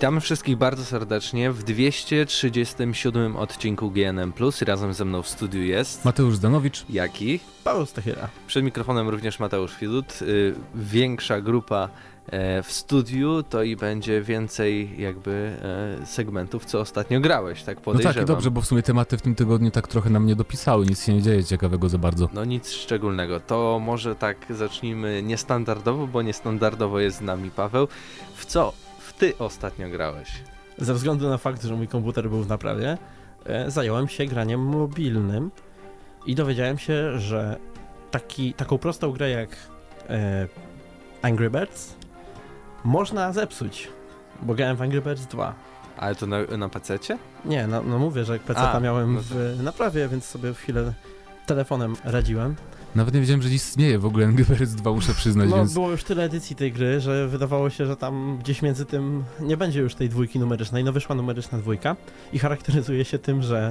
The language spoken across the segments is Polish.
Witamy wszystkich bardzo serdecznie w 237 odcinku GNM+. Razem ze mną w studiu jest Mateusz Zdanowicz, Jaki? Paweł Stachyra. Przed mikrofonem również Mateusz Widut. Większa grupa w studiu, to i będzie więcej jakby segmentów, co ostatnio grałeś, tak podejrzewam. No tak, i dobrze, bo w sumie tematy w tym tygodniu tak trochę nam nie dopisały, nic się nie dzieje ciekawego za bardzo. No nic szczególnego. To może tak zacznijmy niestandardowo, bo niestandardowo jest z nami Paweł. W co ty ostatnio grałeś? Ze względu na fakt, że mój komputer był w naprawie, zająłem się graniem mobilnym i dowiedziałem się, że taką prostą grę jak Angry Birds można zepsuć, bo grałem w Angry Birds 2. Ale to na PC-cie? Nie, no mówię, że PC-ta miałem no to... w naprawie, więc sobie chwilę telefonem radziłem. Nawet nie wiedziałem, że istnieje w ogóle Angry Birds 2, muszę przyznać, No więc... było już tyle edycji tej gry, że wydawało się, że tam gdzieś między tym nie będzie już tej dwójki numerycznej. No wyszła numeryczna dwójka i charakteryzuje się tym, że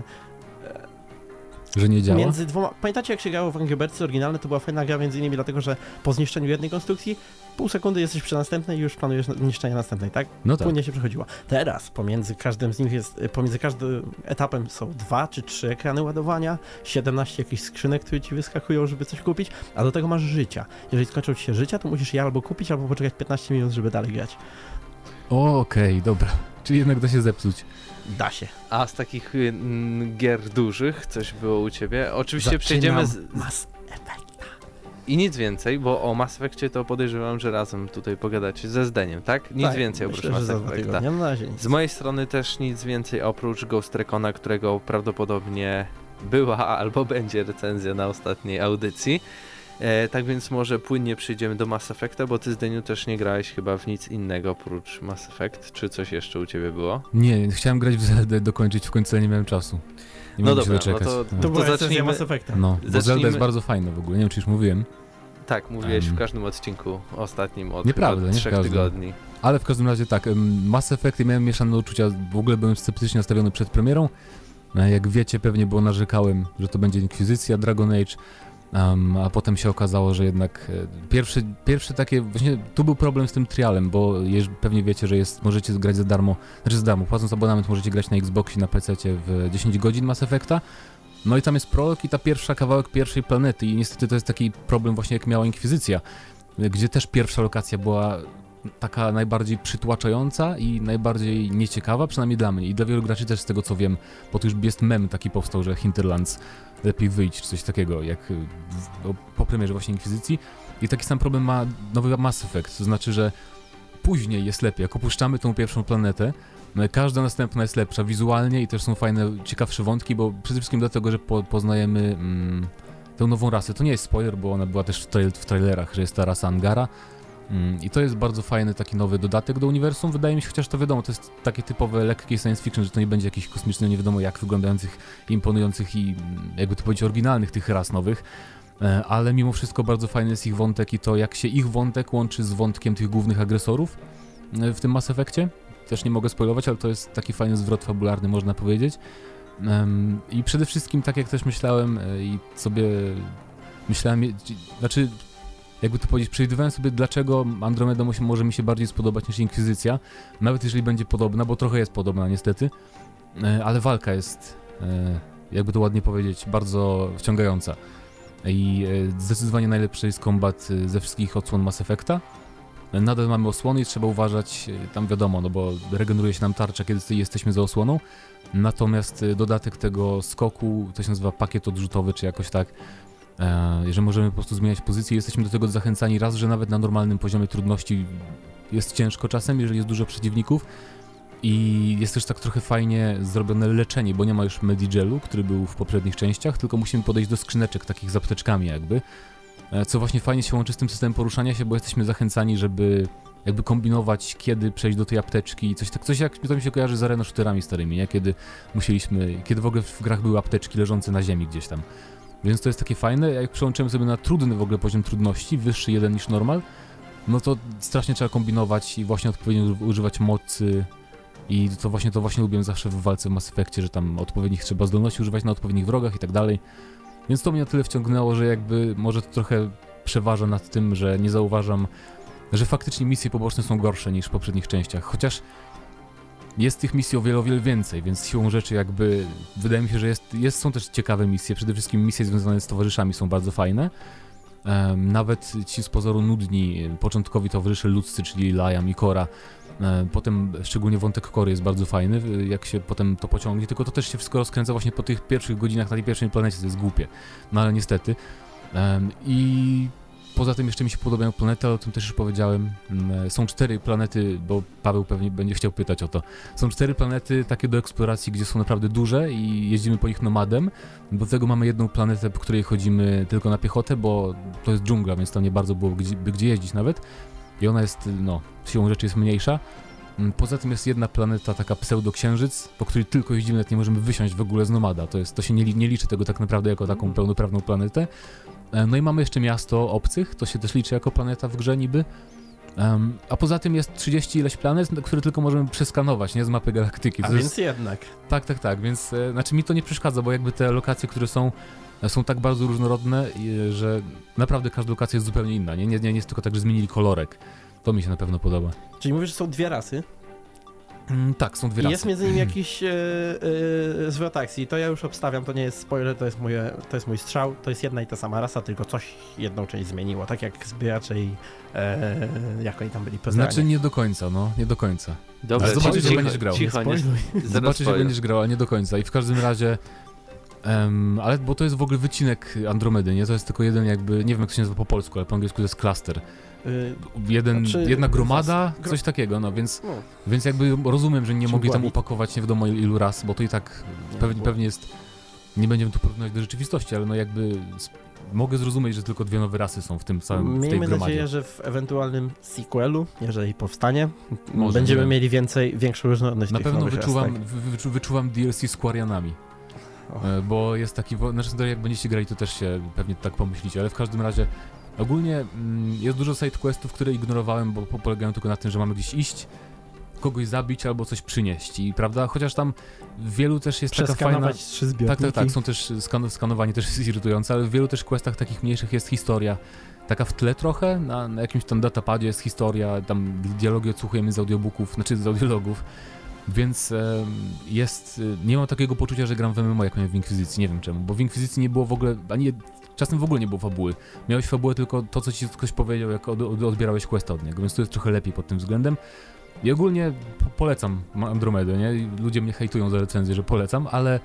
nie działa? między dwoma... Pamiętacie, jak się grało w Angry Birds oryginalne? To była fajna gra między innymi dlatego, że po zniszczeniu jednej konstrukcji pół sekundy jesteś przy następnej i już planujesz niszczenie następnej, tak? No tak. Płynnie się przechodziło. Teraz pomiędzy każdym z nich pomiędzy każdym etapem są 2 czy 3 ekrany ładowania, 17 jakichś skrzynek, które ci wyskakują, żeby coś kupić, a do tego masz życia. Jeżeli skończą ci się życia, to musisz je albo kupić, albo poczekać 15 minut, żeby dalej grać. Okej, dobra. Czyli jednak da się zepsuć. Da się. A z takich gier dużych coś było u ciebie? Oczywiście przejdziemy z Mass Effecta. I nic więcej, bo o Mass Effectie to podejrzewam, że razem tutaj pogadacie ze Zdeniem, tak? Nic więcej oprócz Mass Effecta. Z mojej strony też nic więcej oprócz Ghost Recona, którego prawdopodobnie była albo będzie recenzja na ostatniej audycji. Tak więc może płynnie przejdziemy do Mass Effecta, bo ty, Zdeniu, też nie grałeś chyba w nic innego oprócz Mass Effect. Czy coś jeszcze u ciebie było? Nie, chciałem grać w Zeldę, dokończyć w końcu, ale nie miałem czasu. Nie no dobra, się doczekać. To była zacznijmy Mass Effecta. No, bo Zelda jest bardzo fajna w ogóle, nie wiem czy już mówiłem. Tak, mówiłeś w każdym odcinku ostatnim od 3 tygodni. Ale w każdym razie tak, Mass Effect miałem mieszane uczucia, w ogóle byłem sceptycznie nastawiony przed premierą. Jak wiecie pewnie, bo narzekałem, że to będzie Inkwizycja, Dragon Age. A potem się okazało, że jednak pierwsze takie, właśnie tu był problem z tym trialem, bo pewnie wiecie, że możecie grać za darmo, płacąc abonament możecie grać na Xboxie, na PC-cie w 10 godzin Mass Effecta. No i tam jest prolog i ta kawałek pierwszej planety i niestety to jest taki problem właśnie jak miała Inkwizycja, gdzie też pierwsza lokacja była taka najbardziej przytłaczająca i najbardziej nieciekawa, przynajmniej dla mnie i dla wielu graczy też z tego co wiem, bo to już jest mem taki powstał, że Hinterlands lepiej wyjść, czy coś takiego, jak po premierze właśnie Inkwizycji. I taki sam problem ma nowy Mass Effect, to znaczy, że później jest lepiej, jak opuszczamy tą pierwszą planetę, każda następna jest lepsza wizualnie i też są fajne, ciekawsze wątki, bo przede wszystkim dlatego, że poznajemy tę nową rasę. To nie jest spoiler, bo ona była też w trailerach, że jest ta rasa Angara. I to jest bardzo fajny taki nowy dodatek do uniwersum, wydaje mi się, chociaż to wiadomo, to jest takie typowe lekkie science fiction, że to nie będzie jakiś kosmiczny, nie wiadomo jak wyglądających, imponujących i jakby to powiedzieć oryginalnych tych ras nowych, ale mimo wszystko bardzo fajny jest ich wątek i to jak się ich wątek łączy z wątkiem tych głównych agresorów w tym Mass Effectie. Też nie mogę spoilować, ale to jest taki fajny zwrot fabularny, można powiedzieć. I przede wszystkim, tak jak też myślałem i sobie myślałem, znaczy jakby to powiedzieć, przewidywałem sobie, dlaczego Andromeda może mi się bardziej spodobać niż Inkwizycja, nawet jeżeli będzie podobna, bo trochę jest podobna niestety, ale walka jest, jakby to ładnie powiedzieć, bardzo wciągająca i zdecydowanie najlepszy jest kombat ze wszystkich odsłon Mass Effecta. Nadal mamy osłony i trzeba uważać, tam wiadomo, no bo regeneruje się nam tarcza, kiedy jesteśmy za osłoną, natomiast dodatek tego skoku, to się nazywa pakiet odrzutowy, czy jakoś tak, że możemy po prostu zmieniać pozycję. Jesteśmy do tego zachęcani raz, że nawet na normalnym poziomie trudności jest ciężko czasem, jeżeli jest dużo przeciwników i jest też tak trochę fajnie zrobione leczenie, bo nie ma już Medigelu, który był w poprzednich częściach, tylko musimy podejść do skrzyneczek takich z apteczkami jakby, co właśnie fajnie się łączy z tym systemem poruszania się, bo jesteśmy zachęcani, żeby jakby kombinować, kiedy przejść do tej apteczki i coś jak to mi się kojarzy z arena shooterami starymi, nie? Kiedy w ogóle w grach były apteczki leżące na ziemi gdzieś tam. Więc to jest takie fajne, jak przełączymy sobie na trudny w ogóle poziom trudności, wyższy jeden niż normal, no to strasznie trzeba kombinować i właśnie odpowiednio używać mocy i to właśnie lubię zawsze w walce w Mass Effectie, że tam odpowiednich trzeba zdolności używać na odpowiednich wrogach i tak dalej. Więc to mnie na tyle wciągnęło, że jakby może to trochę przeważa nad tym, że nie zauważam, że faktycznie misje poboczne są gorsze niż w poprzednich częściach, chociaż jest tych misji o wiele więcej, więc siłą rzeczy jakby wydaje mi się, że są też ciekawe misje, przede wszystkim misje związane z towarzyszami są bardzo fajne. Nawet ci z pozoru nudni początkowi towarzysze ludzcy, czyli Liam i Cora. Potem szczególnie wątek Cory jest bardzo fajny, jak się potem to pociągnie, tylko to też się wszystko rozkręca właśnie po tych pierwszych godzinach na tej pierwszej planecie, to jest głupie, no ale niestety. I poza tym jeszcze mi się podobają planety, ale o tym też już powiedziałem. Są 4 planety, bo Paweł pewnie będzie chciał pytać o to. Są 4 planety takie do eksploracji, gdzie są naprawdę duże i jeździmy po nich nomadem. Do tego mamy jedną planetę, po której chodzimy tylko na piechotę, bo to jest dżungla, więc tam nie bardzo było gdzie jeździć nawet. I ona jest, siłą rzeczy jest mniejsza. Poza tym jest jedna planeta, taka pseudoksiężyc, po której tylko jeździmy, nawet nie możemy wysiąść w ogóle z nomada. To się nie liczy tego tak naprawdę jako taką pełnoprawną planetę. No i mamy jeszcze miasto obcych, to się też liczy jako planeta w grze niby. A poza tym jest 30 ileś planet, które tylko możemy przeskanować, nie z mapy galaktyki. Więc jednak. Tak, więc znaczy mi to nie przeszkadza, bo jakby te lokacje, które są tak bardzo różnorodne, że naprawdę każda lokacja jest zupełnie inna, nie jest tylko tak, że zmienili kolorek. To mi się na pewno podoba. Czyli mówisz, że są 2 rasy? Tak, są 2 rasy. I jest między nimi jakiś zwrot akcji. To ja już obstawiam, to nie jest spoiler, to jest mój strzał. To jest jedna i ta sama rasa, tylko coś jedną część zmieniło. Tak jak zbieracze i jak oni tam byli poznani. Znaczy nie do końca, nie do końca. Dobra, zobaczysz, że będziesz grał. Zobaczysz, że będziesz grał, ale nie do końca. I w każdym razie ale bo to jest w ogóle wycinek Andromedy, nie? To jest tylko jeden jakby, nie wiem jak to się nazywa po polsku, ale po angielsku to jest cluster. Jedna gromada, coś takiego, więc jakby rozumiem, że nie mogli tam upakować nie wiadomo ilu raz, bo to i tak pewnie jest, nie będziemy tu porównywać do rzeczywistości, ale jakby mogę zrozumieć, że tylko 2 nowe rasy są w tym samym, w tej gromadzie. Miejmy nadzieję, że w ewentualnym sequelu, jeżeli powstanie, będziemy mieli większą różnorodność na tych pewno nowych wyczuwam DLC z Quarianami. Bo jest taki, jak będziecie grali, to też się pewnie tak pomyślicie, ale w każdym razie ogólnie jest dużo sidequestów, które ignorowałem, bo polegają tylko na tym, że mamy gdzieś iść, kogoś zabić albo coś przynieść i prawda, chociaż tam w wielu też jest taka fajna... 3 zbiorniki. Tak, są też skanowanie też jest irytujące, ale w wielu też questach takich mniejszych jest historia. Taka w tle trochę, na jakimś tam datapadzie jest historia, tam dialogi odsłuchujemy z audiobooków, z audiologów. Więc nie mam takiego poczucia, że gram w MMO jak miałem w Inkwizycji, nie wiem czemu, bo w Inkwizycji nie było w ogóle, czasem w ogóle nie było fabuły. Miałeś fabułę tylko to, co ci ktoś powiedział, jak odbierałeś questa od niego, więc to jest trochę lepiej pod tym względem. I ogólnie polecam Andromedę, nie? Ludzie mnie hejtują za recenzję, że polecam, ale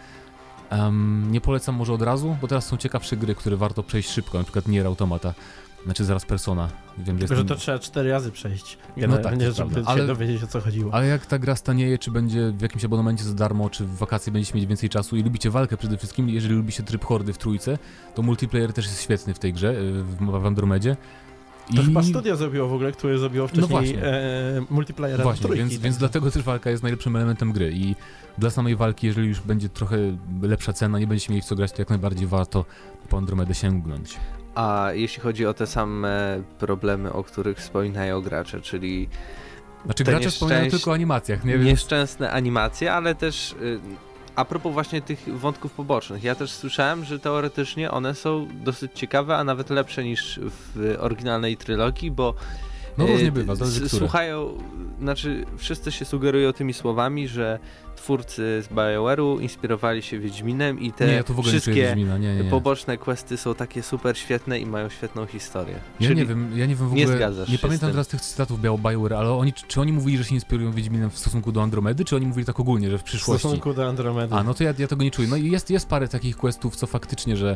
nie polecam może od razu, bo teraz są ciekawsze gry, które warto przejść szybko, na przykład Nier Automata. Znaczy zaraz Persona. Wiem, tylko, że to trzeba 4 razy przejść. Żeby się dowiedzieć, o co chodziło. Ale jak ta gra stanieje, czy będzie w jakimś abonamencie za darmo, czy w wakacje będziecie mieć więcej czasu i lubicie walkę przede wszystkim, jeżeli lubicie tryb hordy w trójce, to multiplayer też jest świetny w tej grze, w Andromedzie. To chyba studio zrobiło w ogóle, które zrobiło wcześniej multiplayera w trójki. Więc dlatego też walka jest najlepszym elementem gry i dla samej walki, jeżeli już będzie trochę lepsza cena, nie będziecie mieli w co grać, to jak najbardziej warto po Andromedę sięgnąć. A jeśli chodzi o te same problemy, o których wspominają gracze, czyli... Znaczy gracze wspominają tylko o animacjach, nie wiem. Nieszczęsne animacje, ale też a propos właśnie tych wątków pobocznych, ja też słyszałem, że teoretycznie one są dosyć ciekawe, a nawet lepsze niż w oryginalnej trylogii, bo różnie bywa, słuchają, wszyscy się sugerują tymi słowami, że twórcy z BioWare'u inspirowali się Wiedźminem i te wszystkie poboczne questy są takie super świetne i mają świetną historię. Ja nie wiem w ogóle, nie pamiętam teraz tych cytatów BioWare, ale czy oni mówili, że się inspirują Wiedźminem w stosunku do Andromedy, czy oni mówili tak ogólnie, że w przyszłości? W stosunku do Andromedy. No to ja tego nie czuję. No i jest parę takich questów, co faktycznie, że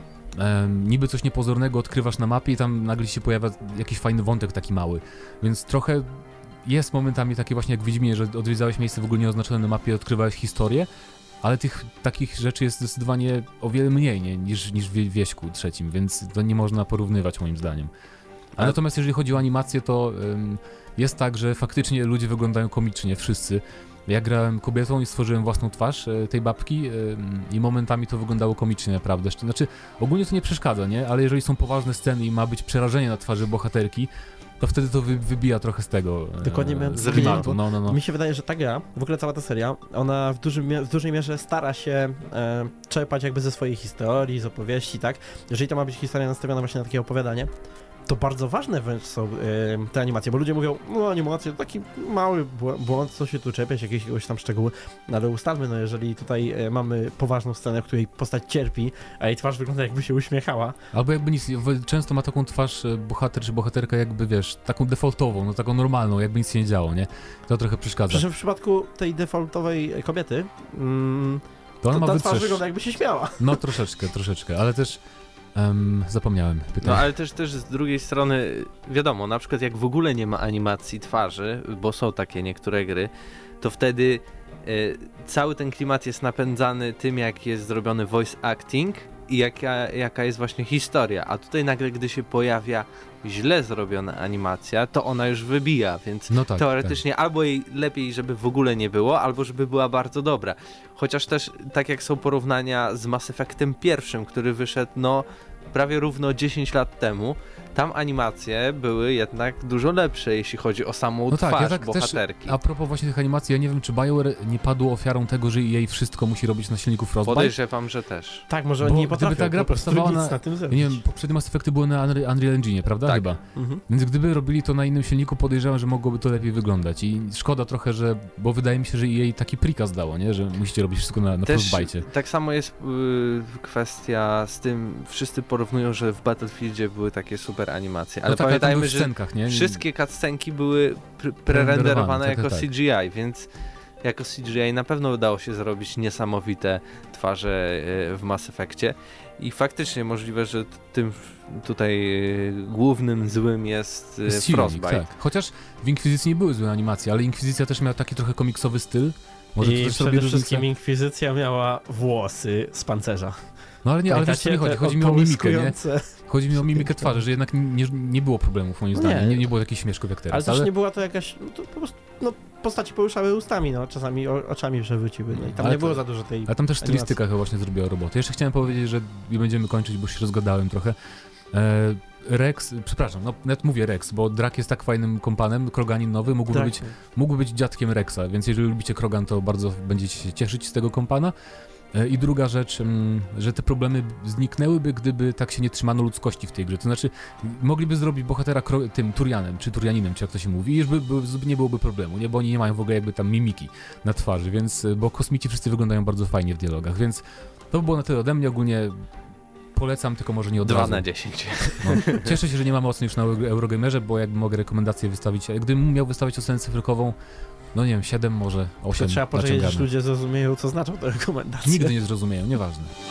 niby coś niepozornego odkrywasz na mapie i tam nagle się pojawia jakiś fajny wątek taki mały, więc trochę jest momentami takie właśnie jak w Wiedźminie, że odwiedzałeś miejsce w ogóle nieoznaczone na mapie i odkrywałeś historię, ale tych takich rzeczy jest zdecydowanie o wiele mniej niż w Wieśku trzecim, więc to nie można porównywać moim zdaniem. A natomiast jeżeli chodzi o animację, to jest tak, że faktycznie ludzie wyglądają komicznie, wszyscy. Ja grałem kobietą i stworzyłem własną twarz tej babki i momentami to wyglądało komicznie naprawdę. Znaczy, ogólnie to nie przeszkadza, nie? Ale jeżeli są poważne sceny i ma być przerażenie na twarzy bohaterki, to wtedy to wybija trochę z tego dokładnie z klimatu. No. Mi się wydaje, że ta gra, w ogóle cała ta seria, ona w dużej mierze stara się czerpać jakby ze swojej historii, z opowieści, tak? Jeżeli to ma być historia nastawiona właśnie na takie opowiadanie, to bardzo ważne wręcz są te animacje, bo ludzie mówią, no animacje to taki mały błąd, co się tu czepiać, jakiegoś tam szczegóły, no ale ustalmy, no jeżeli tutaj mamy poważną scenę, w której postać cierpi, a jej twarz wygląda jakby się uśmiechała. Albo jakby nic, często ma taką twarz bohater czy bohaterka jakby, wiesz, taką defaultową, no taką normalną, jakby nic się nie działo, nie? To trochę przeszkadza. Przecież w przypadku tej defaultowej kobiety, to ona ma ta twarz wygląda jakby się śmiała. No troszeczkę, ale też zapomniałem pytać. No ale też z drugiej strony, wiadomo, na przykład jak w ogóle nie ma animacji twarzy, bo są takie niektóre gry, to wtedy cały ten klimat jest napędzany tym, jak jest zrobiony voice acting i jaka jest właśnie historia, a tutaj nagle, gdy się pojawia źle zrobiona animacja, to ona już wybija, więc no tak, teoretycznie albo jej lepiej, żeby w ogóle nie było, albo żeby była bardzo dobra. Chociaż też, tak jak są porównania z Mass Effectem pierwszym, który wyszedł prawie równo 10 lat temu, tam animacje były jednak dużo lepsze, jeśli chodzi o samą twarz bohaterki. Też, a propos właśnie tych animacji, ja nie wiem, czy BioWare nie padło ofiarą tego, że jej wszystko musi robić na silniku Frostbite? Podejrzewam, że też. Tak, może oni nie potrafią, gdyby ta gra powstawała na tym nie wiem, poprzednie Mass Effecty były na Unreal Engine, prawda? Tak. Chyba. Więc gdyby robili to na innym silniku, podejrzewam, że mogłoby to lepiej wyglądać. I szkoda trochę, bo wydaje mi się, że jej taki prikaz dało, nie? Że musicie robić wszystko na Frostbite. Tak samo jest kwestia z tym, wszyscy porównują, że w Battlefieldzie były takie super animacje, ale no pamiętajmy, że nie? Wszystkie cutscenki były prerenderowane jako CGI, więc jako CGI na pewno udało się zrobić niesamowite twarze w Mass Effectie i faktycznie możliwe, że tym tutaj głównym złym jest Frostbite. Tak. Chociaż w Inkwizycji nie były złe animacje, ale Inkwizycja też miała taki trochę komiksowy styl. Może i przede wszystkim Inkwizycja miała włosy z pancerza. No ale nie, ale wiesz co mi chodzi? Chodzi mi o mimikę, nie? Chodzi mi o mimikę twarzy, że jednak nie było problemów moim zdaniem, nie było jakichś śmieszków jak teraz. Ale też nie była to jakaś, to po prostu, postaci poruszały ustami, czasami oczami przewróciły, i tam nie było za dużo tej ale tam też stylistyka chyba właśnie zrobiła robotę. Jeszcze chciałem powiedzieć, że będziemy kończyć, bo się rozgadałem trochę. Rex, przepraszam, nawet mówię Rex, bo Drak jest tak fajnym kompanem, Kroganin nowy, mógłby być dziadkiem Rexa, więc jeżeli lubicie Krogan, to bardzo będziecie się cieszyć z tego kompana. I druga rzecz, że te problemy zniknęłyby, gdyby tak się nie trzymano ludzkości w tej grze. To znaczy, mogliby zrobić bohatera tym Turianem, czy Turianinem, czy jak to się mówi, i już nie byłoby problemu, nie? Bo oni nie mają w ogóle jakby tam mimiki na twarzy, więc, bo kosmici wszyscy wyglądają bardzo fajnie w dialogach, więc to by było na tyle ode mnie. Ogólnie polecam, tylko może nie od razu. 2 na 10. Cieszę się, że nie mamy ocen już na Eurogamerze, bo jakby mogę rekomendacje wystawić, gdybym miał wystawić ocenę cyfrykową, no nie wiem, 7, może 8. To trzeba powiedzieć, że ludzie zrozumieją, co znaczą te rekomendacje. Nigdy nie zrozumieją, nieważne.